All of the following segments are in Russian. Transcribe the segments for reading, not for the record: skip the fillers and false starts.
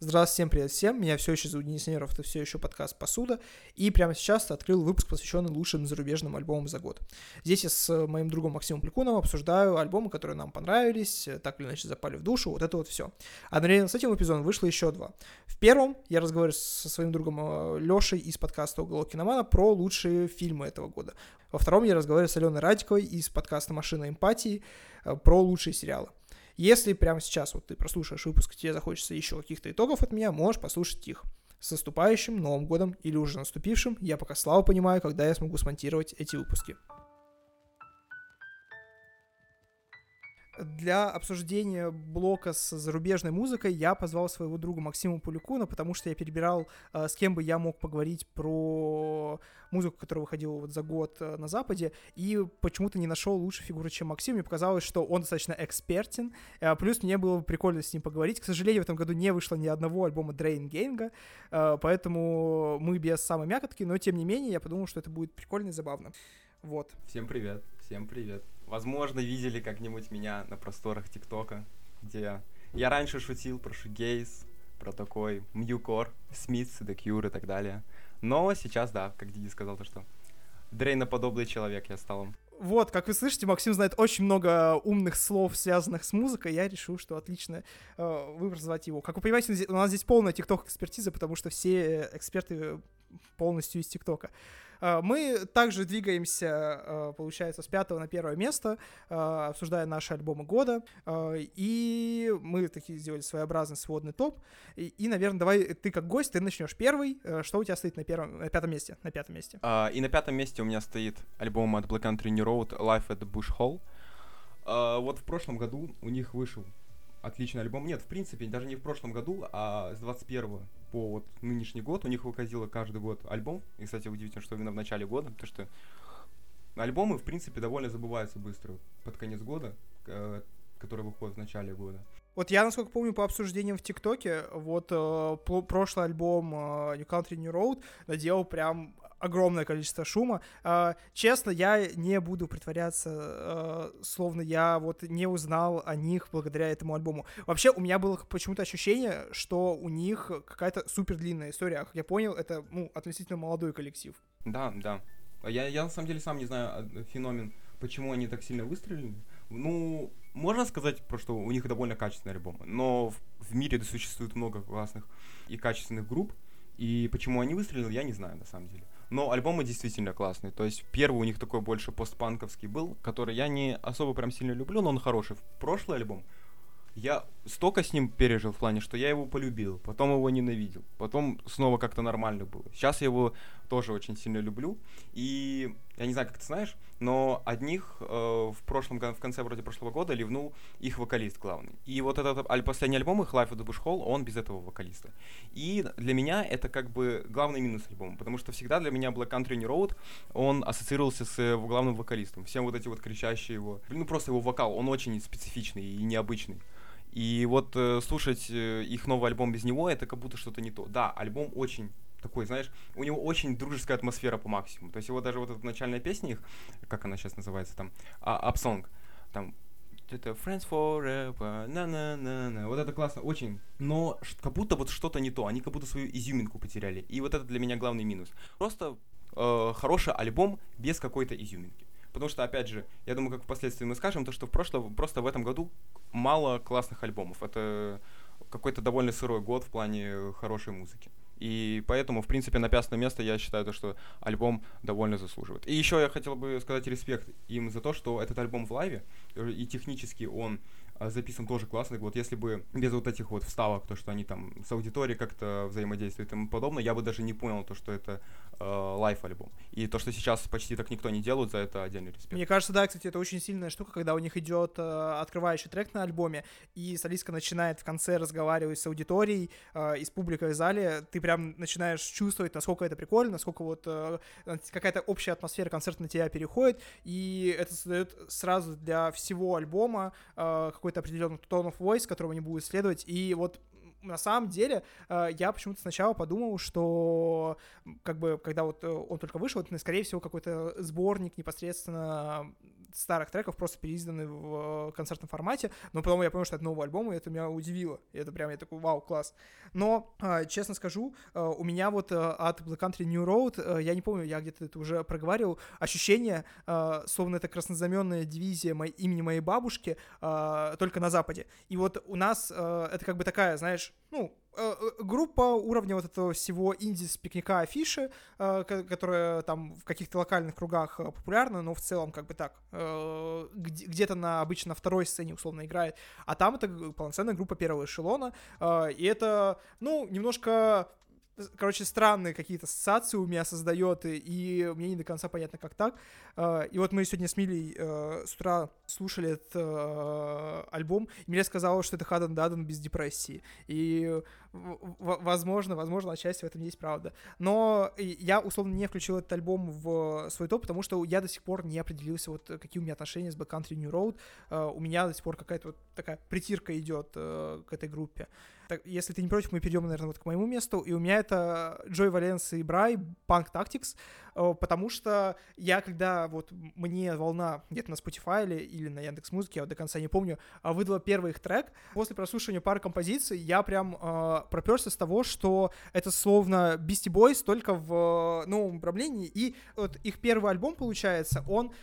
Здравствуйте, всем привет всем. Меня все еще зовут Денис Неров, это все еще подкаст «Посуда». И прямо сейчас открыл выпуск, посвященный лучшим зарубежным альбомам за год. Здесь я с моим другом Максимом Плюкуновым обсуждаю альбомы, которые нам понравились, так или иначе запали в душу, вот это вот все. Одновременно с этим эпизодом вышло еще два. В первом я разговариваю со своим другом Лешей из подкаста «Уголок киномана» про лучшие фильмы этого года. Во втором я разговариваю с Аленой Радиковой из подкаста «Машина эмпатии» про лучшие сериалы. Если прямо сейчас вот ты прослушаешь выпуск, и тебе захочется еще каких-то итогов от меня, можешь послушать их. С наступающим Новым годом или уже наступившим, я пока слабо понимаю, когда я смогу смонтировать эти выпуски. Для обсуждения блока с зарубежной музыкой я позвал своего друга Максима Полюкуна, потому что я перебирал, с кем бы я мог поговорить про музыку, которая выходила вот за год на Западе, и почему-то не нашел лучшей фигуры, чем Максим. Мне показалось, что он достаточно экспертен, плюс мне было прикольно с ним поговорить. К сожалению, в этом году не вышло ни одного альбома Дрейн Гейнга, поэтому мы без самой мякотки, но тем не менее я подумал, что это будет прикольно и забавно. Вот. Всем привет, всем привет. Возможно, видели как-нибудь меня на просторах ТикТока, где я раньше шутил про шугейз, про такой мьюкор, Смитс, The Cure и так далее. Но сейчас, да, как Диди сказал, то что дрейноподобный человек я стал. Вот, как вы слышите, Максим знает очень много умных слов, связанных с музыкой. Я решил, что отлично выбор звать его. Как вы понимаете, у нас здесь полная тикток-экспертиза, потому что все эксперты полностью из тиктока. Мы также двигаемся, получается, с 5 на 1 место, обсуждая наши альбомы года. И мы таки сделали своеобразный сводный топ. И, наверное, давай ты как гость, ты начнешь первый. Что у тебя стоит на 5 месте? На 5 месте. И на 5 месте у меня стоит альбом от Black Country New Road Life at the Bush Hall. Вот в прошлом году у них вышел отличный альбом. Нет, в принципе, даже не в прошлом году, а с 21 по вот нынешний год у них выходило каждый год альбом. И, кстати, удивительно, что именно в начале года, потому что альбомы, в принципе, довольно забываются быстро под конец года, которые выходят в начале года. Вот я, насколько помню, по обсуждениям в ТикТоке, вот прошлый альбом New Country New Road наделал прям огромное количество шума. Честно, я не буду притворяться, словно я вот не узнал о них благодаря этому альбому. Вообще, у меня было почему-то ощущение, что у них какая-то супер длинная история. Как я понял, это, относительно молодой коллектив. Да. Я на самом деле сам не знаю феномен, почему они так сильно выстрелили. Можно сказать, что у них довольно качественные альбомы, но в мире существует много классных и качественных групп, и почему они выстрелили, я не знаю на самом деле. Но альбомы действительно классные, то есть первый у них такой больше постпанковский был, который я не особо прям сильно люблю, но он хороший. Прошлый альбом, я столько с ним пережил в плане, что я его полюбил, потом его ненавидел, потом снова как-то нормально было. Сейчас я его тоже очень сильно люблю, и я не знаю, как ты знаешь, но одних в конце вроде прошлого года ливнул их вокалист главный. И вот этот последний альбом их, Life at the Bush Hall, он без этого вокалиста. И для меня это как бы главный минус альбома, потому что всегда для меня Black Country New Road, он ассоциировался с главным вокалистом. Всем вот эти вот кричащие его, просто его вокал, он очень специфичный и необычный. И вот слушать их новый альбом без него, это как будто что-то не то. Да, альбом очень такой, знаешь, у него очень дружеская атмосфера по максимуму. То есть его даже вот эта начальная песня их, как она сейчас называется, там, Up Song, там, это Friends Forever, на-на-на-на, вот это классно, очень, но как будто вот что-то не то, они как будто свою изюминку потеряли. И вот это для меня главный минус. Просто хороший альбом без какой-то изюминки. Потому что, опять же, я думаю, как впоследствии мы скажем, то, что просто в этом году мало классных альбомов. Это какой-то довольно сырой год в плане хорошей музыки. И поэтому, в принципе, на 5 место я считаю, то, что альбом довольно заслуживает. И еще я хотел бы сказать респект им за то, что этот альбом в лайве, и технически он записан тоже классно. Вот если бы без вот этих вот вставок, то, что они там с аудиторией как-то взаимодействуют и тому подобное, я бы даже не понял то, что это лайв-альбом. И то, что сейчас почти так никто не делает, за это отдельный респект. Мне кажется, да, кстати, это очень сильная штука, когда у них идет открывающий трек на альбоме, и солистка начинает в конце разговаривать с аудиторией и с публикой в зале. Ты прям начинаешь чувствовать, насколько это прикольно, насколько вот какая-то общая атмосфера концерта на тебя переходит, и это создает сразу для всего альбома какой-то определенный tone of voice, которого они будут следовать. И вот на самом деле, я почему-то сначала подумал, что как бы, когда вот он только вышел, это, скорее всего, какой-то сборник непосредственно старых треков просто переизданы в концертном формате, но потом я понял, что это новый альбом, и это меня удивило. И это прям, я такой, вау, класс. Но, честно скажу, у меня вот от Black Country New Road, я не помню, я где-то это уже проговаривал, ощущение, словно это краснознаменная дивизия имени моей бабушки, только на Западе. И вот у нас это как бы такая, знаешь, ну, группа уровня вот этого всего инди с пикника афиши, которая там в каких-то локальных кругах популярна, но в целом как бы так, где-то обычно на второй сцене условно играет, а там это полноценная группа первого эшелона, и это, ну, немножко... Короче, странные какие-то ассоциации у меня создает, и мне не до конца понятно, как так. И вот мы сегодня с Милей с утра слушали этот альбом, и Миля сказала, что это Хаден Даден без депрессии. И, возможно, отчасти в этом есть правда. Но я, условно, не включил этот альбом в свой топ, потому что я до сих пор не определился, вот какие у меня отношения с Black Country New Road. У меня до сих пор какая-то вот такая притирка идет к этой группе. Так, если ты не против, мы перейдем, наверное, вот к моему месту. И у меня это Джой Валенс и Брай, Punk Tactics, потому что я, когда вот мне волна где-то на Spotify или на Яндекс.Музыке, я вот до конца не помню, выдала первый их трек, после прослушивания пары композиций я прям проперся с того, что это словно Beastie Boys, только в новом управлении, и вот их первый альбом, получается, он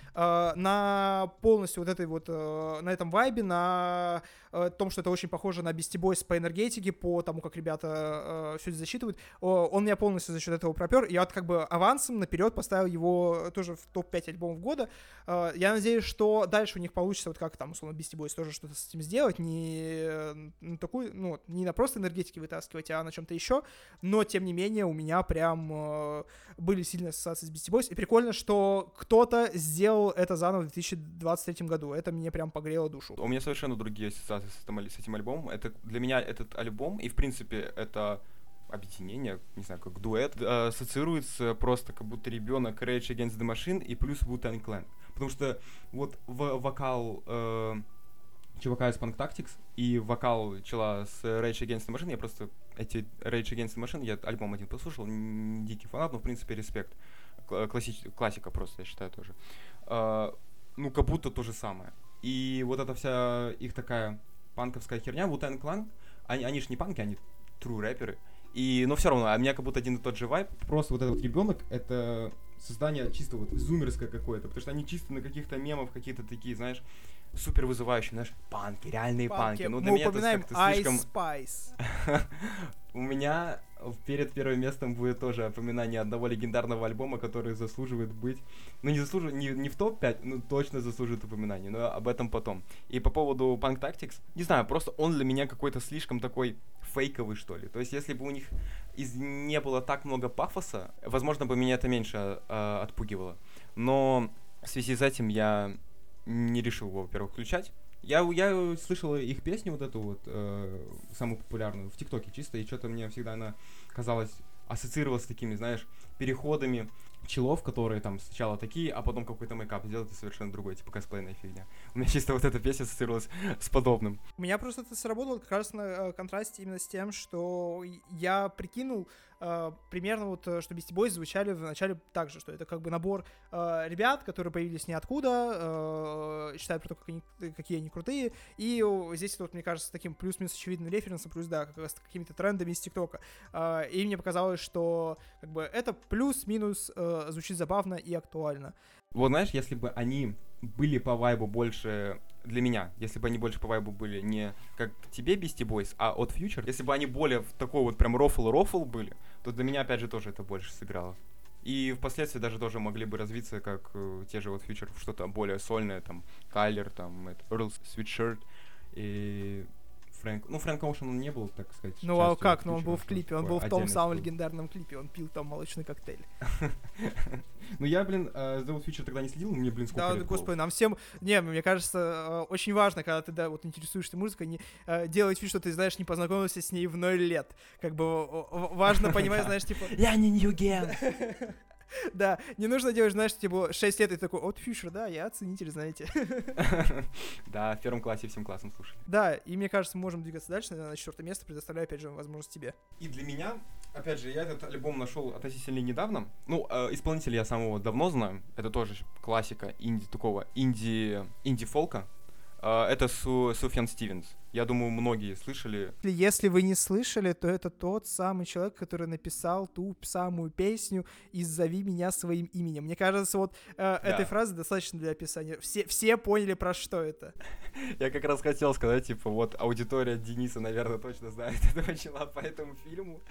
на полностью вот этой вот, на этом вайбе, на том, что это очень похоже на Beastie Boys по энергетике, по тому, как ребята все это засчитывают, он меня полностью за счет этого пропер, и я вот как бы авансом наперед поставил его тоже в топ-5 альбомов года. Я надеюсь, что дальше у них получится, вот как там, условно, Beastie Boys тоже что-то с этим сделать, не на такую, ну, не на просто энергетике вытаскивать, а на чем-то еще, но, тем не менее, у меня прям были сильные ассоциации с Beastie Boys, и прикольно, что кто-то сделал это заново в 2023 году, это мне прям погрело душу. У меня совершенно другие ассоциации с этим альбомом, это для меня этот альбом, и, в принципе, это объединение, не знаю, как дуэт, ассоциируется просто как будто ребенок Rage Against the Machine и плюс Wu-Tang Clan. Потому что вот вокал чувака из Punk Tactics и вокал чела с Rage Against the Machine, я просто эти Rage Against the Machine, я альбом один послушал, дикий фанат, но в принципе респект. Классика просто, я считаю, тоже. Ну, как будто то же самое. И вот эта вся их такая панковская херня, Wu-Tang Clan, они ж не панки, они true рэперы. Но все равно, у меня как будто один и тот же вайб. Просто вот этот вот ребенок, это создание чисто вот зумерское какое-то, потому что они чисто на каких-то мемах, какие-то такие, знаешь, супер вызывающие, знаешь, панки, реальные панки. Ну, для мы меня упоминаем это как-то слишком... Ice Spice. У меня перед первым местом будет тоже упоминание одного легендарного альбома, который заслуживает быть... Ну, не заслуживает, не в топ-5, но точно заслуживает упоминания, но об этом потом. И по поводу Punk Tactics, не знаю, просто он для меня какой-то слишком такой фейковый, что ли. То есть, если бы у них не было так много пафоса, возможно, бы меня это меньше отпугивало. Но в связи с этим я не решил его, во-первых, включать. Я слышал их песню вот эту вот, самую популярную, в ТикТоке чисто, и что-то мне всегда она казалась, ассоциировалась с такими, знаешь, переходами челов, которые там сначала такие, а потом какой-то мейкап сделать и совершенно другой, типа косплейная фигня. У меня чисто вот эта песня ассоциировалась с подобным. У меня просто это сработало как раз на контрасте именно с тем, что я прикинул примерно вот, что Beastie Boys звучали вначале так же, что это как бы набор ребят, которые появились ниоткуда, считают про то, какие они крутые, и здесь вот, мне кажется, таким плюс-минус очевидным референсом, плюс, да, как раз какими-то трендами из ТикТока. И мне показалось, что как бы это плюс-минус звучит забавно и актуально. Вот знаешь, если бы они были по вайбу больше для меня, если бы они больше по вайбу были не как тебе Beastie Boys, а от Future, если бы они более в такой вот прям рофл были, то для меня опять же тоже это больше сыграло. И впоследствии даже тоже могли бы развиться как те же вот Future, что-то более сольное, там, Кайлер, там, Earl Sweatshirt и Фрэнк Оушен он не был, так сказать. Ну а как? Ну он был в клипе, он был в том самом легендарном клипе, он пил там молочный коктейль. Ну я, за вот Future тогда не следил, мне, сколько лет было. Господи, нам всем... Не, мне кажется, очень важно, когда ты, да, вот интересуешься музыкой, делать вид, что ты, знаешь, не познакомился с ней в 0 лет. Как бы важно понимать, знаешь, типа... Я не Ньюген! Да, не нужно делать, знаешь, типа 6 лет, и такой, от Фьюшер, да, я оценитель, знаете. Да, в первом классе всем классом слушали. Да, и мне кажется, мы можем двигаться дальше, наверное, на 4 место, предоставляю, опять же, возможность тебе. И для меня, опять же, я этот альбом нашел относительно недавно. Ну, исполнителя я самого давно знаю. Это тоже классика инди-фолка. Это Суфьян Стивенс. Я думаю, многие слышали. Если вы не слышали, то это тот самый человек, который написал ту самую песню «Иззови меня своим именем». Мне кажется, вот этой фразы достаточно для описания. Все поняли, про что это. Я как раз хотел сказать, типа, вот аудитория Дениса, наверное, точно знает этого чела по этому фильму.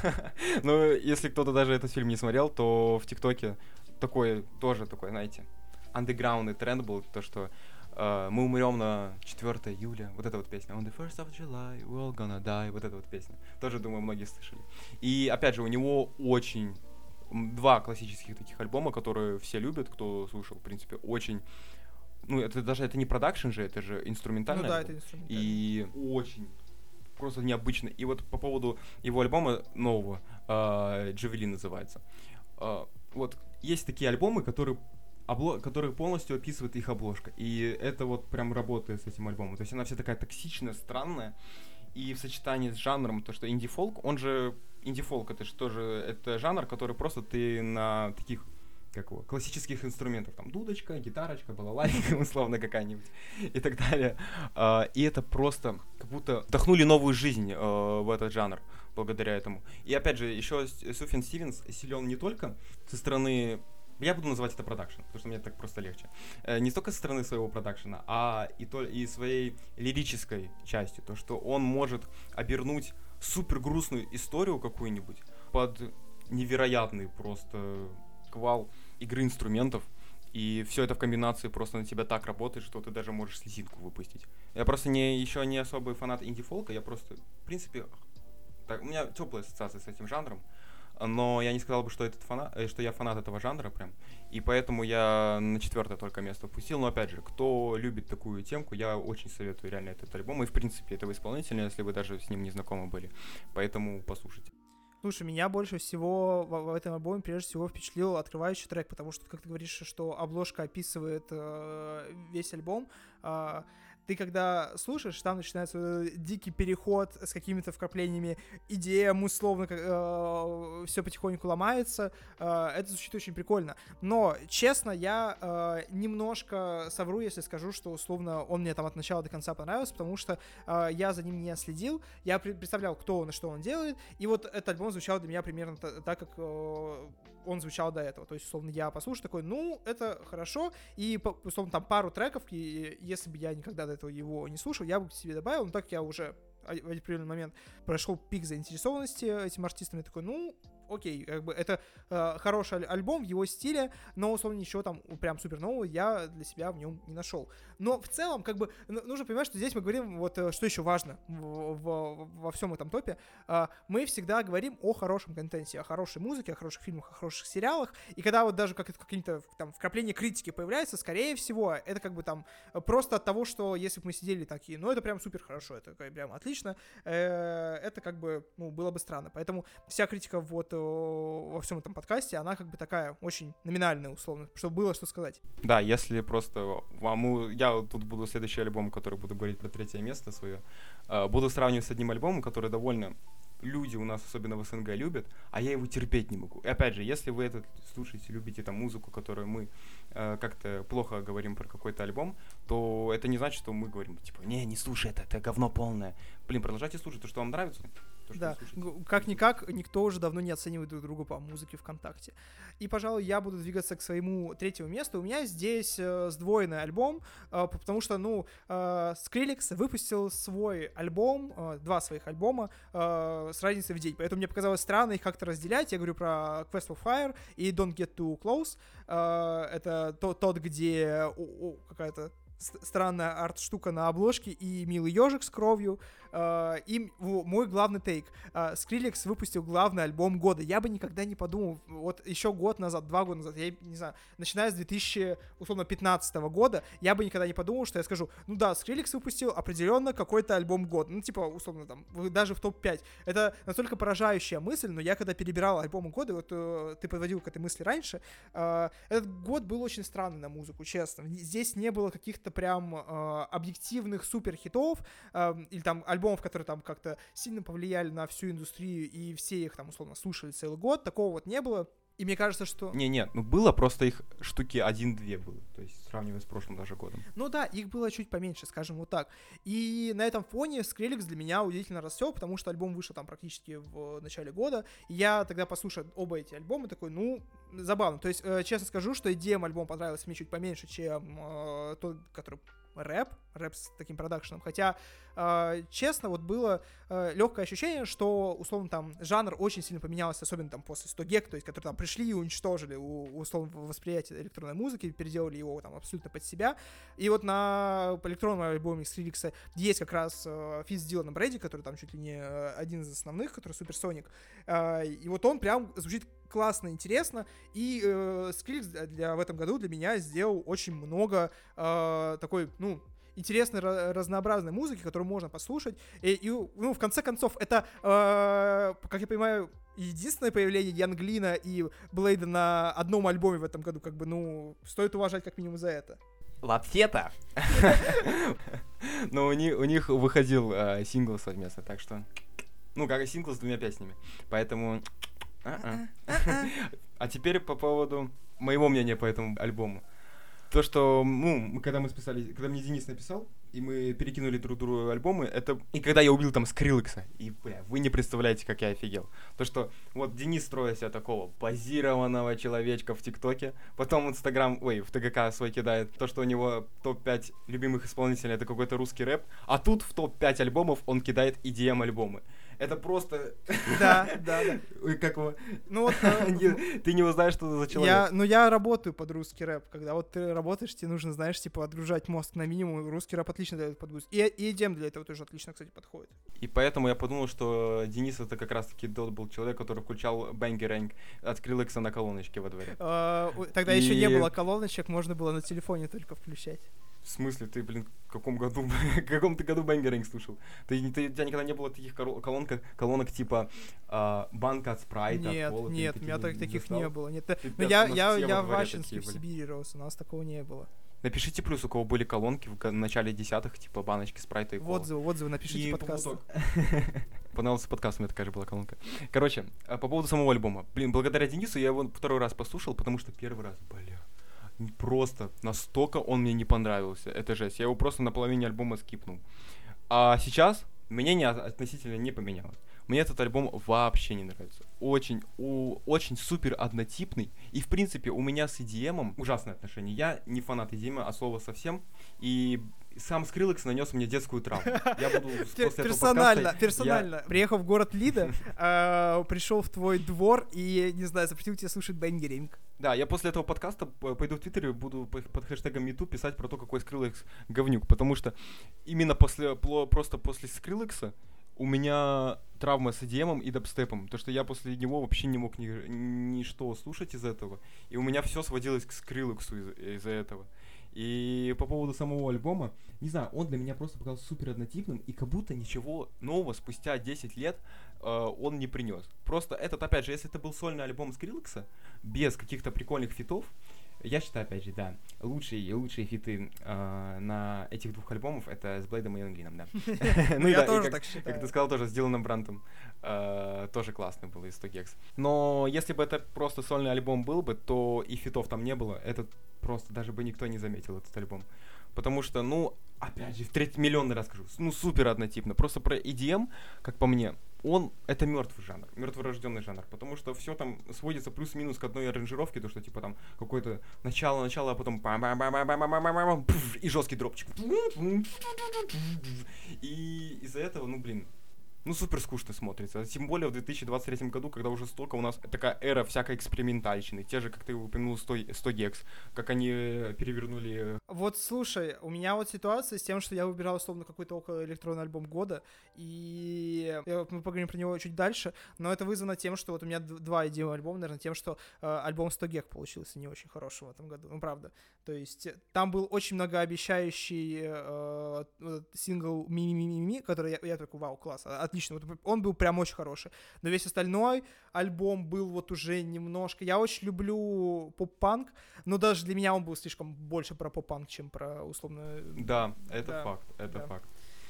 Но если кто-то даже этот фильм не смотрел, то в ТикТоке такой, знаете, андеграундный тренд был, то, что мы умрем на 4 июля, вот эта вот песня. On the 1st of July, we're all gonna die, вот эта вот песня. Тоже, думаю, многие слышали. И, опять же, у него очень... 2 классических таких альбома, которые все любят, кто слушал, в принципе, очень... Ну, это не продакшн же, это же инструментальный альбом. Это инструментальный. И очень просто необычно. И вот по поводу его альбома нового, «Джавелин» называется. Вот есть такие альбомы, которые полностью описывает их обложка. И это вот прям работает с этим альбомом. То есть она вся такая токсичная, странная. И в сочетании с жанром, то что инди-фолк, он же... Инди-фолк, это же тоже... Это жанр, который просто ты на таких... классических инструментах. Там дудочка, гитарочка, балалайка, условно какая-нибудь. И так далее. И это просто... Как будто вдохнули новую жизнь в этот жанр. Благодаря этому. И опять же, еще Суфьян Стивенс силен не только со стороны... Я буду называть это продакшн, потому что мне так просто легче. Не столько со стороны своего продакшена, а и своей лирической частью. То, что он может обернуть супер грустную историю какую-нибудь под невероятный просто квал игры инструментов. И все это в комбинации просто на тебя так работает, что ты даже можешь слезинку выпустить. Я просто еще не особый фанат инди-фолка, я просто, в принципе... у меня теплая ассоциация с этим жанром. Но я не сказал бы, что что я фанат этого жанра прям. И поэтому я на 4 только место впустил. Но опять же, кто любит такую темку, я очень советую реально этот альбом. И в принципе этого исполнителя, если вы даже с ним не знакомы были. Поэтому послушайте. Слушай, меня больше всего в этом альбоме прежде всего впечатлил открывающий трек, потому что, как ты говоришь, что обложка описывает весь альбом. Ты когда слушаешь, там начинается дикий переход с какими-то вкраплениями идеям, условно, все потихоньку ломается. Это звучит очень прикольно. Но, честно, я немножко совру, если скажу, что, условно, он мне там от начала до конца понравился, потому что я за ним не следил, я представлял, кто он и что он делает, и вот этот альбом звучал для меня примерно так, как он звучал до этого. То есть, условно, я послушал такой, ну, это хорошо, и, условно, там пару треков, и если бы я никогда до этого его не слушал, я бы к себе добавил, но так я уже в определенный момент прошел пик заинтересованности этим артистом, и такой, ну, окей, как бы это хороший альбом в его стиле, но, условно, ничего там прям супер нового я для себя в нем не нашел. Но в целом, как бы, нужно понимать, что здесь мы говорим, вот, что еще важно во всем этом топе, мы всегда говорим о хорошем контенте, о хорошей музыке, о хороших фильмах, о хороших сериалах, и когда вот даже какие-то там вкрапления критики появляются, скорее всего, это как бы там просто от того, что если бы мы сидели такие, ну, это прям супер хорошо, это прям отлично, это как бы, ну, было бы странно. Поэтому вся критика вот во всем этом подкасте, она как бы такая очень номинальная, условно, чтобы было что сказать. Да, если просто я тут буду следующий альбом, который буду говорить про 3 место свое, буду сравнивать с одним альбомом, который довольно люди у нас, особенно в СНГ, любят, а я его терпеть не могу. И опять же, если вы это слушаете, любите там музыку, которую мы как-то плохо говорим про какой-то альбом, то это не значит, что мы говорим, типа, не слушай это говно полное. Блин, продолжайте слушать то, что вам нравится. То, что да, как-никак, никто уже давно не оценивает друг друга по музыке ВКонтакте. И, пожалуй, я буду двигаться к своему 3 месту. У меня здесь сдвоенный альбом, потому что, Skrillex выпустил свой альбом, 2 своих альбома с разницей в день. Поэтому мне показалось странно их как-то разделять. Я говорю про Quest for Fire и Don't Get Too Close. Это тот, где какая-то странная арт-штука на обложке и милый ежик с кровью. Мой главный тейк. Skrillex выпустил главный альбом года. Я бы никогда не подумал, вот еще год назад, 2 года назад, я не знаю, начиная с 2015 года, я бы никогда не подумал, что я скажу, ну да, Skrillex выпустил определенно какой-то альбом года. Ну, типа, условно, там, даже в топ-5. Это настолько поражающая мысль, но я когда перебирал альбомы года, вот ты подводил к этой мысли раньше, этот год был очень странный на музыку, честно. Здесь не было каких-то прям объективных супер-хитов, или там альбомов, которые там как-то сильно повлияли на всю индустрию, и все их там, условно, слушали целый год. Такого вот не было. И мне кажется, что... Ну было, просто их штуки 1-2 было, то есть сравнивая с прошлым даже годом. Ну да, их было чуть поменьше, скажем вот так. И на этом фоне Skrillex для меня удивительно расцвел, потому что альбом вышел там практически в начале года. И я тогда послушал оба эти альбома, такой, ну, забавно. То есть, честно скажу, что идеям альбом понравился мне чуть поменьше, чем тот, который... рэп с таким продакшеном, хотя, честно, вот было легкое ощущение, что, условно, там, жанр очень сильно поменялся, особенно там после 100 гек, то есть, которые там пришли и уничтожили, условно, восприятие электронной музыки, переделали его там абсолютно под себя, и вот на электронном альбоме Skrillex есть как раз фит с Диланом Брэди, который там чуть ли не один из основных, который Суперсоник, и вот он прям звучит классно, интересно, и Skrillex в этом году для меня сделал очень много такой, ну, интересной, разнообразной музыки, которую можно послушать. В конце концов, это, как я понимаю, единственное появление Янглина и Блейда на одном альбоме в этом году. Как бы, ну, стоит уважать как минимум за это. Вообще-то. Но у них выходил сингл совместно, так что... Ну, как и сингл с 2 песнями. Поэтому... А теперь по поводу моего мнения по этому альбому. То, что, ну, когда мне Денис написал, и мы перекинули друг другу альбомы, и когда я убил там Скриллекса, и, бля, вы не представляете, как я офигел. То, что вот Денис строит себя такого позированного человечка в ТикТоке, потом в ТГК свой кидает, то, что у него топ-5 любимых исполнителей — это какой-то русский рэп, а тут в топ-5 альбомов он кидает EDM-альбомы. Это просто... Да. Как его... Ну вот... Ты не узнаешь, что это за человек. Я работаю под русский рэп. Когда вот ты работаешь, тебе нужно, знаешь, типа, отгружать мозг на минимум. Русский рэп отлично дает под бoost. И EDM для этого тоже отлично, кстати, подходит. И поэтому я подумал, что Денис — это как раз-таки тот был человек, который включал бэнгерэнг от Скриллекса на колоночке во дворе. Тогда еще не было колоночек, можно было на телефоне только включать. В смысле? Ты, блин, в каком ты году бэнгеринг слушал? У тебя никогда не было таких колонок типа банка от спрайта, нет, от кола? Нет, у меня таких не было. Нет, я в Ачинске, в Сибири рос, у нас такого не было. Напишите плюс, у кого были колонки в начале 10-х, типа баночки спрайта и кола. Отзывы, напишите подкаст. Понравился подкаст, у меня такая же была колонка. Короче, по поводу самого альбома. Блин, благодаря Денису я его второй раз послушал, потому что первый раз, просто настолько он мне не понравился. Это жесть. Я его просто на половине альбома скипнул. А сейчас мнение относительно не поменялось. Мне этот альбом вообще не нравится. Очень супер однотипный. И, в принципе, у меня с EDM ужасное отношение. Я не фанат EDM от слова совсем. И сам Скриллекс нанес мне детскую травму. Я буду после этого персонально. Приехал в город Лида, пришел в твой двор и, не знаю, запретил тебе слушать бэнгеринг. Да, я после этого подкаста пойду в Твиттере и буду под хэштегом MeToo писать про то, какой Скриллекс говнюк. Потому что именно после Скриллекса у меня травма с EDM и дабстепом, то что я после него вообще не мог ничто слушать из этого, и у меня все сводилось к Скриллексу из-за этого. И по поводу самого альбома, не знаю, он для меня просто показался супер однотипным, и как будто ничего нового спустя 10 лет он не принес. Просто опять же, если это был сольный альбом Скриллекса, без каких-то прикольных фитов, я считаю, опять же, да, лучшие фиты на этих 2 альбомах — это с Блейдом и Янглином, да. Ну я тоже так считаю. Как ты сказал, тоже с Диланом Брантом тоже классно было из 100 гекс. Но если бы это просто сольный альбом был бы, то и фитов там не было, этот просто даже бы никто не заметил, этот альбом. Потому что, ну, опять же, в миллионный раз скажу, ну, супер однотипно. Просто про EDM, как по мне, это мертвый жанр, мертворожденный жанр, потому что все там сводится плюс-минус к одной аранжировке, то что типа там какое-то начало, а потом и жесткий дропчик. И из-за этого, ну блин, ну, супер скучно смотрится. Тем более в 2023 году, когда уже столько у нас такая эра всякой экспериментальщины. Те же, как ты упомянул, 100 гекс, как они перевернули... Вот слушай, у меня вот ситуация с тем, что я выбирал условно какой-то около электронный альбом года, и мы поговорим про него чуть дальше, но это вызвано тем, что вот у меня два идеи альбома, наверное, тем, что альбом 100 гек получился не очень хороший в этом году, ну правда. То есть там был очень многообещающий сингл «Ми-ми-ми-ми», который я такой, вау, класс, отлично, вот он был прям очень хороший, но весь остальной альбом был вот уже немножко... Я очень люблю поп-панк, но даже для меня он был слишком больше про поп-панк, чем про условно... Да, это факт, это факт.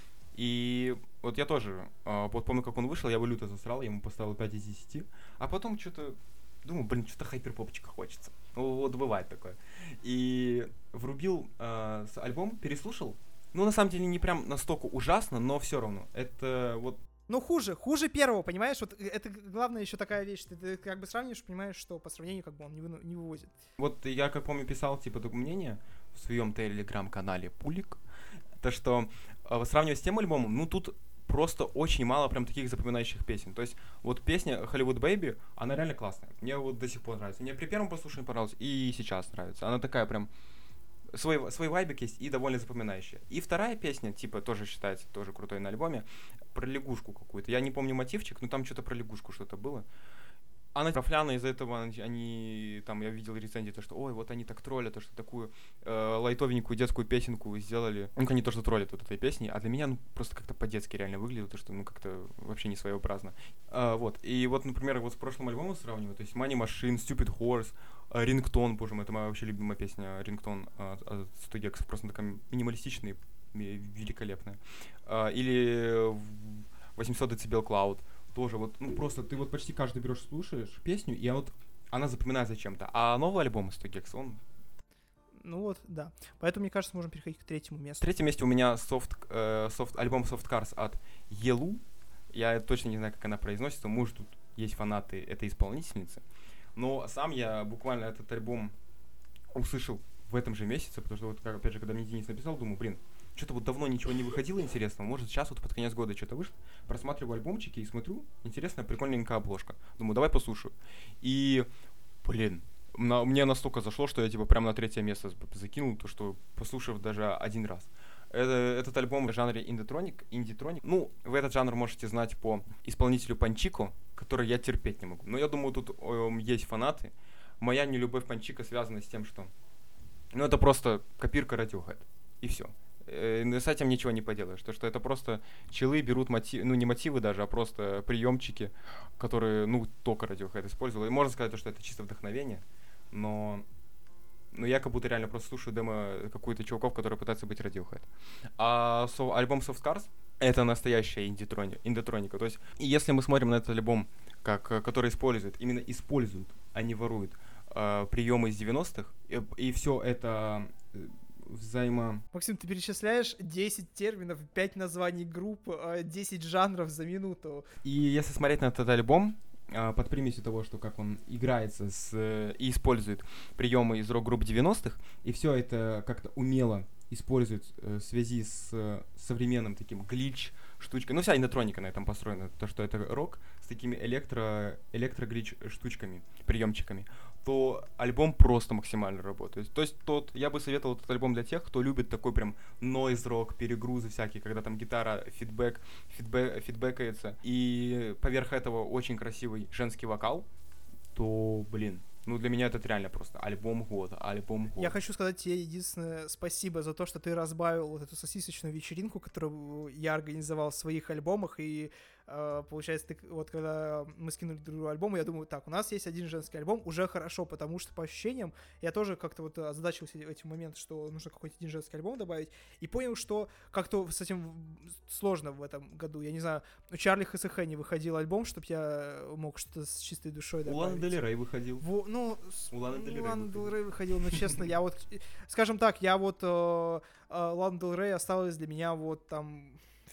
И вот я тоже, вот помню, как он вышел, я его люто засрал, я ему поставил 5 из 10, а потом что-то думаю, блин, что-то хайперпопчика хочется. Вот бывает такое. И врубил альбом, переслушал. Ну, на самом деле, не прям настолько ужасно, но все равно. Это вот... Ну, хуже первого, понимаешь? Вот это главная еще такая вещь. Ты как бы сравниваешь, понимаешь, что по сравнению как бы он не вывозит. Вот я, как помню, писал, типа, такое мнение в своем телеграм-канале Пулик, то, что сравнивать с тем альбомом, ну, тут просто очень мало прям таких запоминающих песен. То есть вот песня Hollywood Baby, она реально классная. Мне вот до сих пор нравится. Мне при первом послушании понравилось, и сейчас нравится. Она такая прям... Свой вайбик есть и довольно запоминающая. И вторая песня, типа, тоже считается тоже крутой на альбоме, про лягушку какую-то. Я не помню мотивчик, но там что-то про лягушку что-то было. Она профляна, из-за этого они, там, я видел рецензии, то, что, ой, вот они так троллят, то, что такую лайтовенькую детскую песенку сделали. Ну, они тоже троллят вот этой песней, а для меня, ну, просто как-то по-детски реально выглядит, то, что, ну, как-то вообще не своеобразно. Вот, и вот, например, вот с прошлым альбомом сравниваю, то есть Money Machine, Stupid Horse, Ringtone, боже мой, это моя вообще любимая песня, Ringtone от 100 гексов, просто такая минималистичная, великолепная. Или 800 децибел Cloud. Тоже вот, ну просто ты вот почти каждый берешь, слушаешь песню, и вот она запоминается чем-то. А новый альбом 100 гекс, он... Ну вот, да. Поэтому, мне кажется, можем переходить к третьему месту. В третьем месте у меня альбом Soft Cars от Yelu. Я точно не знаю, как она произносится. Может, тут есть фанаты этой исполнительницы. Но сам я буквально этот альбом услышал в этом же месяце, потому что, вот, опять же, когда мне Денис написал, думаю, блин, что-то вот давно ничего не выходило интересного, может сейчас вот под конец года что-то вышло, просматриваю альбомчики и смотрю, интересная, прикольненькая обложка. Думаю, давай послушаю. И, блин, мне настолько зашло, что я типа прям на третье место закинул, то что послушав даже один раз. Этот альбом в жанре инди-троник. Ну, вы этот жанр можете знать по исполнителю Панчико, который я терпеть не могу. Но я думаю, тут есть фанаты. Моя нелюбовь Панчико связана с тем, что... Ну, это просто копирка Radiohead. И все. С этим ничего не поделаешь. То, что это просто челы берут мотивы, ну не мотивы даже, а просто приемчики, которые, ну, только Radiohead использовал. И можно сказать, что это чисто вдохновение, но я как будто реально просто слушаю демо какую-то чуваков, которые пытаются быть Radiohead. А альбом Soft Cars — это настоящая индитроника. То есть, и если мы смотрим на этот альбом, который именно используют, а не воруют, приемы из 90-х, и все это... Максим, ты перечисляешь 10 терминов, 5 названий групп, 10 жанров за минуту. И если смотреть на этот альбом, под примесью того, что как он играется и использует приемы из рок-групп 90-х, и все это как-то умело использует в связи с современным таким глич штучкой. Ну, вся индотроника на этом построена, то, что это рок с такими электро-глич штучками, приемчиками, то альбом просто максимально работает. То есть я бы советовал этот альбом для тех, кто любит такой прям нойз-рок, перегрузы всякие, когда там гитара фидбэкается, и поверх этого очень красивый женский вокал, то, блин, ну, для меня это реально просто альбом года. Я хочу сказать тебе единственное спасибо за то, что ты разбавил вот эту сосисочную вечеринку, которую я организовал в своих альбомах, и получается, вот когда мы скинули друг другу альбомы, я думаю, так, у нас есть один женский альбом, уже хорошо, потому что по ощущениям я тоже как-то вот озадачился этим моментом, что нужно какой-то один женский альбом добавить, и понял, что как-то с этим сложно в этом году. Я не знаю, у Чарли ХСХ не выходил альбом, чтобы я мог что-то с чистой душой добавить. У Ланы Дель Рей выходил. У Ланы Дель Рей выходил, но честно, я вот, скажем так, Лана Дель Рей осталась для меня вот там в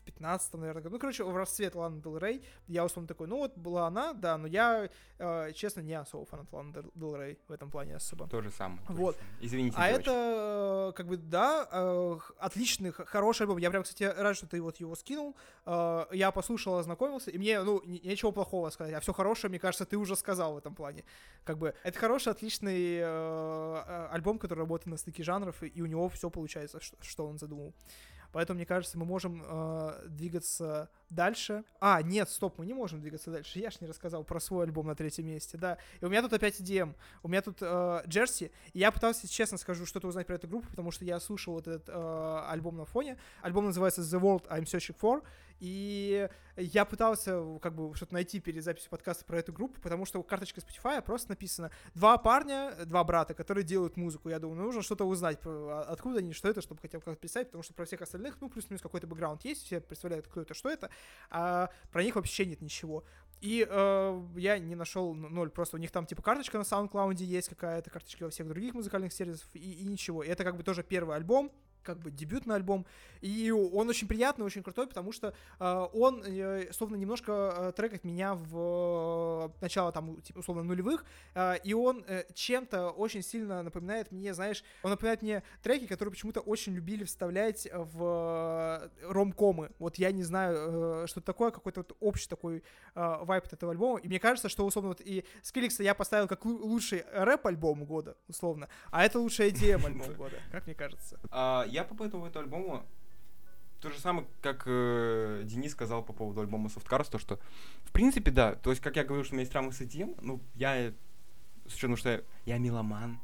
15-м, наверное, году. Ну, короче, в расцвет Ланы Дель Рей. Я условно такой, ну вот была она, да, но я, честно, не особо фанат Ланы Дель Рей в этом плане особо. То же самое. Вот. Извините, а девочки. Это, как бы, да, отличный, хороший альбом. Я прям, кстати, рад, что ты вот его скинул. Я послушал, ознакомился, и мне, ну, ничего плохого сказать. А все хорошее, мне кажется, ты уже сказал в этом плане. Как бы, это хороший, отличный альбом, который работает на стыке жанров, и у него все получается, что он задумал. Поэтому, мне кажется, мы можем двигаться дальше. Нет, стоп, мы не можем двигаться дальше. Я ж не рассказал про свой альбом на 3-м месте, да. И у меня тут опять EDM. У меня тут Джерси. И я пытался, честно скажу, что-то узнать про эту группу, потому что я слушал вот этот альбом на фоне. Альбом называется The World I'm Searching For. И я пытался как бы что-то найти перед записью подкаста про эту группу, потому что карточка Spotify просто написано 2 парня, 2 брата, которые делают музыку. Я думаю, нужно что-то узнать, откуда они, что это, чтобы хотел как-то представить, потому что про всех остальных, ну, плюс-минус какой-то бэкграунд есть, все представляют, кто это, что это, а про них вообще нет ничего. И я не нашел 0, просто у них там типа карточка на SoundCloud есть какая-то, карточка во всех других музыкальных сервисах, и ничего. И это как бы тоже первый альбом, как бы дебютный альбом, и он очень приятный, очень крутой, потому что он, словно, немножко трекает меня в начало, там, типа, условно, нулевых, и он чем-то очень сильно напоминает мне, знаешь, он напоминает мне треки, которые почему-то очень любили вставлять в ромкомы. Вот я не знаю, что это такое, какой-то вот общий такой вайб от этого альбома, и мне кажется, что, условно, вот и Скриликса я поставил как лучший рэп-альбом года, условно, а это лучший EDM-альбом года, как мне кажется. Я по поводу этого альбома то же самое, как Денис сказал по поводу альбома Soft Cars, то что, в принципе, да, то есть, как я говорю, что у меня есть травмы с EDM, ну, я, с учетом, что я меломан,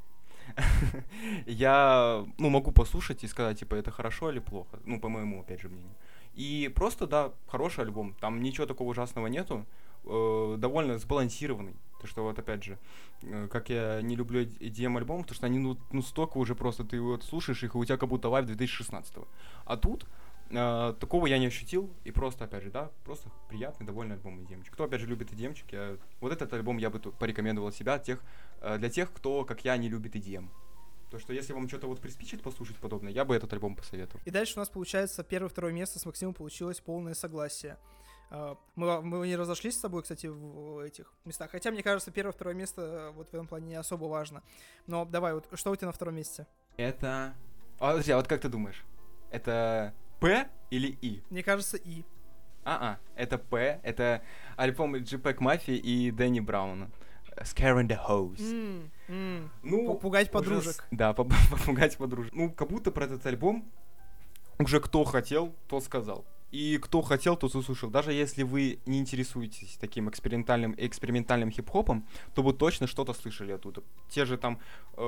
я, ну, могу послушать и сказать, типа, это хорошо или плохо, ну, по моему, опять же, мнению. И просто, да, хороший альбом, там ничего такого ужасного нету, довольно сбалансированный. То, что вот, опять же, как я не люблю EDM-альбомы, потому что они, ну, столько уже просто, ты вот слушаешь их, и у тебя как будто вайб 2016-го. А тут такого я не ощутил, и просто, опять же, да, просто приятный, довольный альбом EDM-чик. Кто, опять же, любит EDM-чик, вот этот альбом я бы порекомендовал себя для тех, кто, как я, не любит EDM. То, что если вам что-то вот приспичит послушать подобное, я бы этот альбом посоветовал. И дальше у нас, получается, 1-2 место с Максимом получилось полное согласие. Мы не разошлись с тобой, кстати, в этих местах. Хотя, мне кажется, 1-2 место вот в этом плане не особо важно. Но давай, вот что у тебя на 2-м месте? Это... Подожди, а вот как ты думаешь? Это П или И? Мне кажется, И. Это П. Это альбом JPEG Mafia и Дэнни Брауна. Scaring the Hoes. Ну, попугать подружек. Да, попугать подружек. Ну, как будто про этот альбом уже кто хотел, тот сказал. И кто хотел, тот услышал. Даже если вы не интересуетесь таким экспериментальным хип-хопом, то вы точно что-то слышали оттуда. Те же там,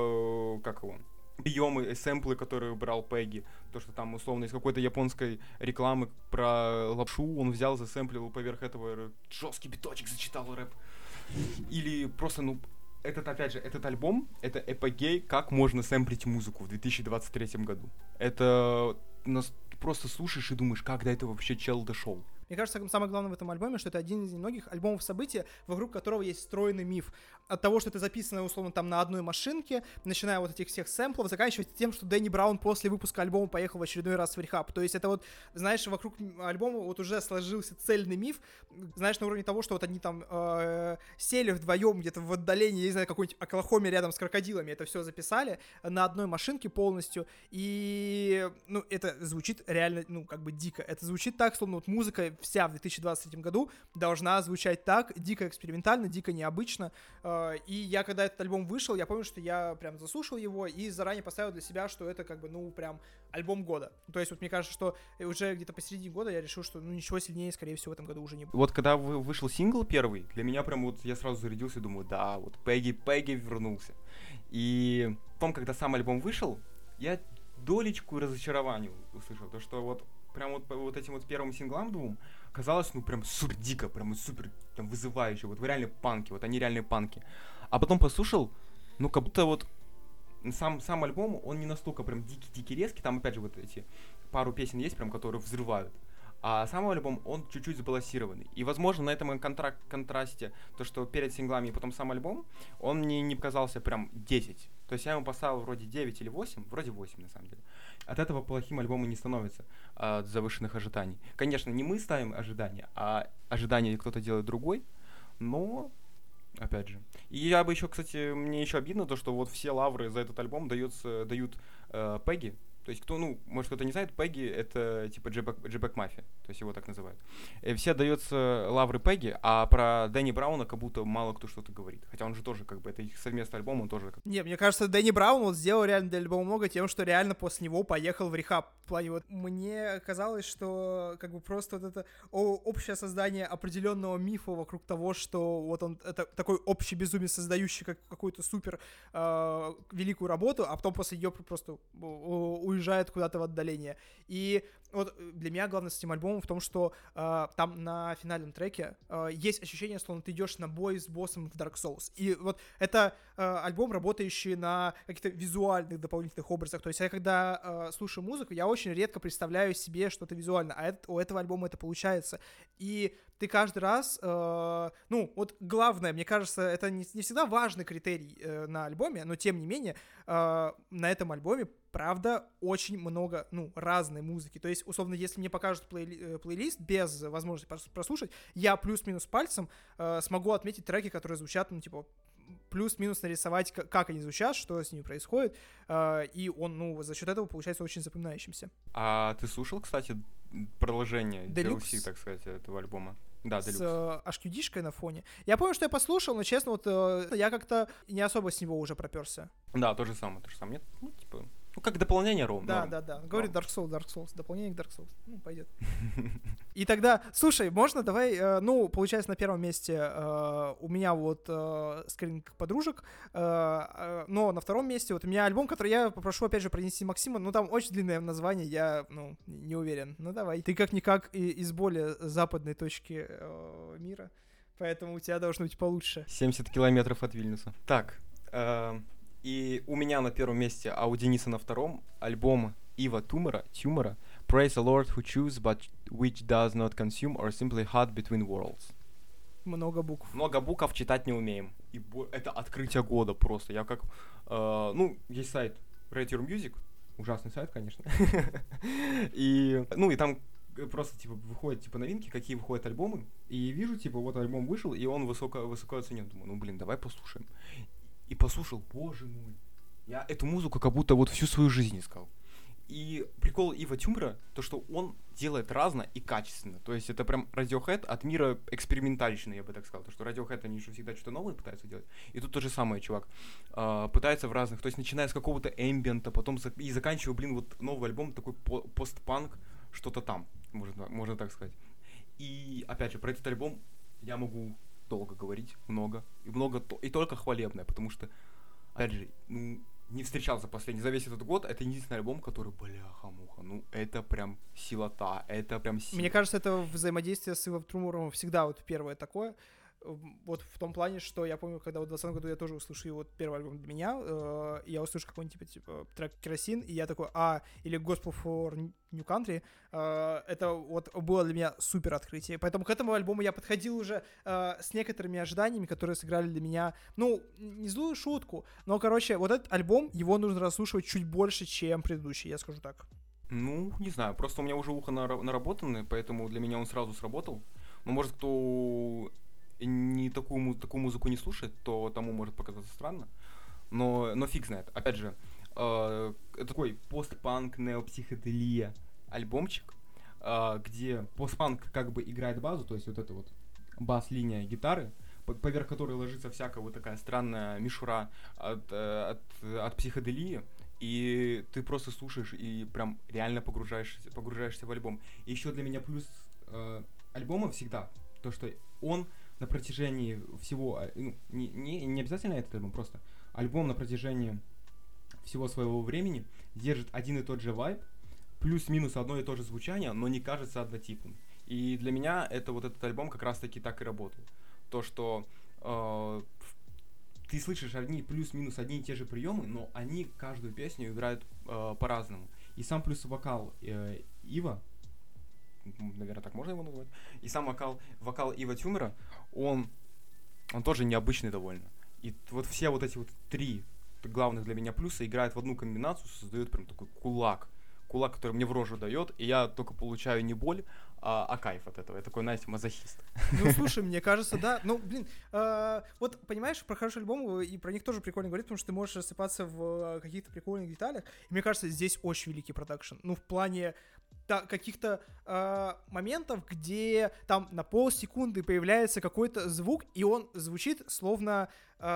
приемы, сэмплы, которые брал Пегги. То, что там, условно, из какой-то японской рекламы про лапшу он взял, засэмплил поверх этого жесткий биточек, зачитал рэп. Или просто, ну, этот альбом, это эпогей, как можно сэмплить музыку в 2023 году. Это просто слушаешь и думаешь, как до этого вообще чел дошел. Мне кажется, самое главное в этом альбоме, что это один из немногих альбомов события, вокруг которого есть встроенный миф. От того, что это записано, условно, там на одной машинке, начиная вот этих всех сэмплов, заканчивая тем, что Дэнни Браун после выпуска альбома поехал в очередной раз в рехаб. То есть это вот, знаешь, вокруг альбома вот уже сложился цельный миф, знаешь, на уровне того, что вот они там сели вдвоем где-то в отдалении, я не знаю, какой-нибудь Оклахоме рядом с крокодилами, это все записали на одной машинке полностью, и, ну, это звучит реально, ну, как бы дико. Это звучит так, словно вот музыка вся в 2023 году должна звучать так, дико экспериментально, дико необычно. И я, когда этот альбом вышел, я помню, что я прям заслушал его и заранее поставил для себя, что это как бы, ну, прям альбом года. То есть вот мне кажется, что уже где-то посередине года я решил, что, ну, ничего сильнее, скорее всего, в этом году уже не будет. Вот когда вышел сингл первый, для меня прям вот я сразу зарядился и думаю, да, вот Пегги вернулся. И потом, когда сам альбом вышел, я долечку разочарования услышал, то что вот прям вот этим вот первым синглам двум казалось, ну, прям супер дико, прям супер там вызывающе, вот реальные панки, вот они реальные панки. А потом послушал, ну, как будто вот сам альбом, он не настолько прям дикий резкий, там опять же вот эти пару песен есть прям, которые взрывают. А сам альбом, он чуть-чуть сбалансированный. И, возможно, на этом контрасте, то, что перед синглами и потом сам альбом, он мне не показался прям 10. То есть я ему поставил вроде 9 или 8, вроде 8 на самом деле. От этого плохим альбомом не становится от завышенных ожиданий. Конечно, не мы ставим ожидания, а ожидания кто-то делает другой, но опять же. И я бы еще, кстати, мне еще обидно то, что вот все лавры за этот альбом дают Пегги. То есть, может, кто-то не знает, Пегги — это типа Джебек Мафия, то есть его так называют. И все даются лавры Пегги, а про Дэнни Брауна как будто мало кто что-то говорит. Хотя он же тоже как бы, это их совместный альбом, он тоже... Не, мне кажется, Дэнни Браун вот сделал реально для альбома много тем, что реально после него поехал в рехаб. В плане вот мне казалось, что как бы просто вот это общее создание определенного мифа вокруг того, что вот он это такой общий безумец, создающий какую-то супер великую работу, а потом после нее просто уезжает куда-то в отдаление. И вот для меня главное с этим альбомом в том, что там на финальном треке есть ощущение, что ты идешь на бой с боссом в Dark Souls. И вот это альбом, работающий на каких-то визуальных дополнительных образах. То есть я когда слушаю музыку, я очень редко представляю себе что-то визуально, а у этого альбома это получается. И ты каждый раз, вот главное, мне кажется, это не всегда важный критерий на альбоме, но тем не менее на этом альбоме правда очень много, разной музыки. То есть, условно, если мне покажут плейлист без возможности прослушать, я плюс-минус пальцем смогу отметить треки, которые звучат, плюс-минус нарисовать, как они звучат, что с ними происходит, и он, за счет этого получается очень запоминающимся. А ты слушал, кстати, продолжение DLC, так сказать, этого альбома? Да, с HQD-шкой на фоне. Я помню, что я послушал, но, честно, я как-то не особо с него уже проперся. Да, то же самое. Нет, как дополнение ровно. Да. Говорит Dark Souls, дополнение к Dark Souls. Пойдет. И тогда, слушай, можно давай, получается, на первом месте у меня вот скрининг подружек, но на втором месте вот у меня альбом, который я попрошу, опять же, пронести Максима, там очень длинное название, я, не уверен. Давай. Ты как-никак из более западной точки мира, поэтому у тебя должно быть получше. 70 километров от Вильнюса. Так, и у меня на первом месте, а у Дениса на втором, альбом Ива Тумора Praise the Lord who choose but which does not consume or simply hot between worlds. Много букв. Много букв, читать не умеем. И это открытие года просто. Я как... есть сайт Rate Your Music. Ужасный сайт, конечно. И там просто, выходят, новинки, какие выходят альбомы. И вижу, вот альбом вышел, и он высоко оценен. Думаю, давай послушаем. И послушал, боже мой, я эту музыку как будто вот всю свою жизнь искал. И прикол Ива Тюмера, то, что он делает разно и качественно. То есть это прям Radiohead от мира экспериментальщины, я бы так сказал. То, что Radiohead, они же всегда что-то новое пытаются делать. И тут то же самое, чувак. Пытается в разных, то есть начиная с какого-то эмбиента, потом и заканчивая, вот новый альбом, такой постпанк, что-то там, можно так сказать. И опять же, про этот альбом я могу долго говорить, много, и только хвалебное, потому что, опять же, не встречался за весь этот год, это единственный альбом, который, бляха-муха, это прям силота, это прям сила. Мне кажется, это взаимодействие с Ивом Тумором всегда вот первое такое, вот в том плане, что я помню, когда в 2020 году я тоже услышал вот первый альбом для меня, я услышал какой-нибудь типа трек «Керосин», и я такой, или «Gospel for New Country», это вот было для меня супер открытие, поэтому к этому альбому я подходил уже с некоторыми ожиданиями, которые сыграли для меня, не злую шутку, но, вот этот альбом, его нужно расслушивать чуть больше, чем предыдущий, я скажу так. Не знаю, просто у меня уже ухо наработано, поэтому для меня он сразу сработал, но может кто не такую музыку не слушает, то тому может показаться странно, но фиг знает. Опять же, это такой постпанк, неопсиходелия альбомчик, где постпанк как бы играет базу, то есть вот эта вот бас-линия гитары, поверх которой ложится всякая вот такая странная мишура от психоделии, и ты просто слушаешь и прям реально погружаешься в альбом. И еще для меня плюс альбома всегда то, что он на протяжении всего, не обязательно этот альбом, просто альбом на протяжении всего своего времени держит один и тот же вайб, плюс-минус одно и то же звучание, но не кажется однотипным. И для меня это вот этот альбом как раз-таки так и работает. То, что ты слышишь плюс-минус одни и те же приемы, но они каждую песню играют по-разному. И сам плюс вокал Ива, наверное, так можно его назвать, и сам вокал Ива Тюмера, он тоже необычный довольно. И вот все вот эти вот три главных для меня плюса, играет в одну комбинацию, создает прям такой кулак, который мне в рожу дает, и я только получаю не боль, а кайф от этого. Я такой, знаете, мазохист. Ну, слушай, мне кажется, да. Ну, блин, вот, понимаешь, про хорошие альбомы, и про них тоже прикольно говорить, потому что ты можешь рассыпаться в каких-то прикольных деталях. И мне кажется, здесь очень великий продакшн. Ну, в плане каких-то моментов, где там на полсекунды появляется какой-то звук, и он звучит словно...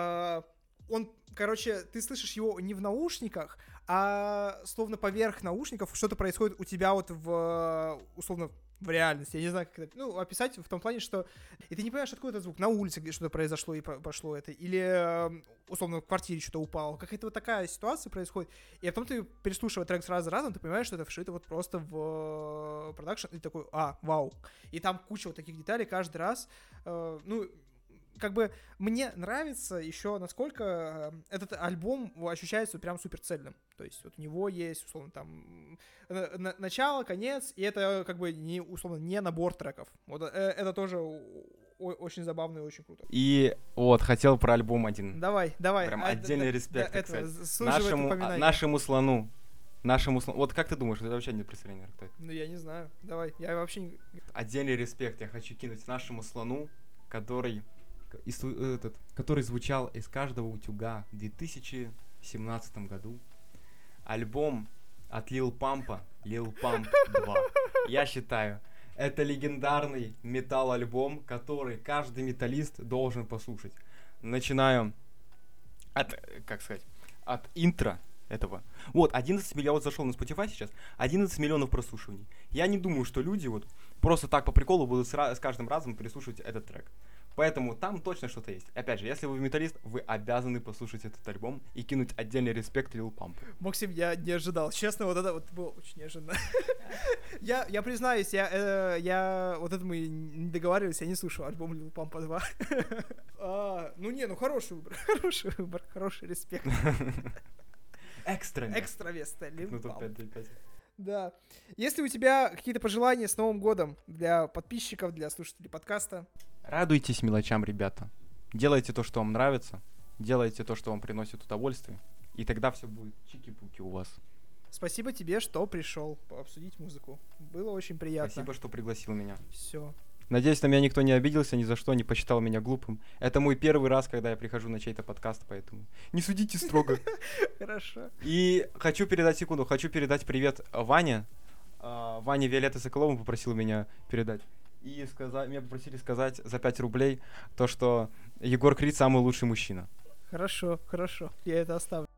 ты слышишь его не в наушниках, а словно поверх наушников что-то происходит у тебя вот условно, в реальности. Я не знаю, как это... описать в том плане, что... И ты не понимаешь, откуда этот звук. На улице где что-то произошло и пошло это. Или, условно, в квартире что-то упало. Какая-то вот такая ситуация происходит. И потом ты, переслушивая трек раз за разом, ты понимаешь, что это вшито вот просто в продакшн. И ты такой, вау. И там куча вот таких деталей каждый раз. Как бы мне нравится еще, насколько этот альбом ощущается прям супер цельным. То есть вот у него есть, условно, там начало, конец, и это как бы не, условно, не набор треков. Вот это тоже очень забавно и очень круто. И вот, хотел про альбом один. Давай. Прям отдельный респект, так сказать. Нашему слону. Вот как ты думаешь, это вообще нет представления, кто это? Ну, я не знаю. Давай, я вообще не... Отдельный респект я хочу кинуть нашему слону, который звучал из каждого утюга в 2017 году. Альбом от Lil Pump 2. Я считаю, это легендарный метал-альбом, который каждый металлист должен послушать. Начинаю от интро этого. Вот, 11 миллионов, я вот зашел на Spotify сейчас, 11 миллионов прослушиваний. Я не думаю, что люди вот просто так по приколу будут с каждым разом переслушивать этот трек. Поэтому там точно что-то есть. Опять же, если вы металлист, вы обязаны послушать этот альбом и кинуть отдельный респект Lil Pump. Максим, я не ожидал. Честно, вот это вот было очень неожиданно. Я признаюсь, я вот это мы не договаривались, я не слушал альбом Lil Pump 2. Хороший выбор, хороший респект. Экстра вес, Lil Pump. 5. Да. Если у тебя какие-то пожелания с Новым годом для подписчиков, для слушателей подкаста? Радуйтесь мелочам, ребята. Делайте то, что вам нравится. Делайте то, что вам приносит удовольствие. И тогда все будет чики-пуки у вас. Спасибо тебе, что пришел обсудить музыку. Было очень приятно. Спасибо, что пригласил меня. Все. Надеюсь, на меня никто не обиделся, ни за что не посчитал меня глупым. Это мой первый раз, когда я прихожу на чей-то подкаст, поэтому не судите строго. Хорошо. И хочу передать привет Ване. Ване Виолетта Соколова попросила меня передать. И меня попросили сказать за 5 рублей то, что Егор Крид самый лучший мужчина. Хорошо. Я это оставлю.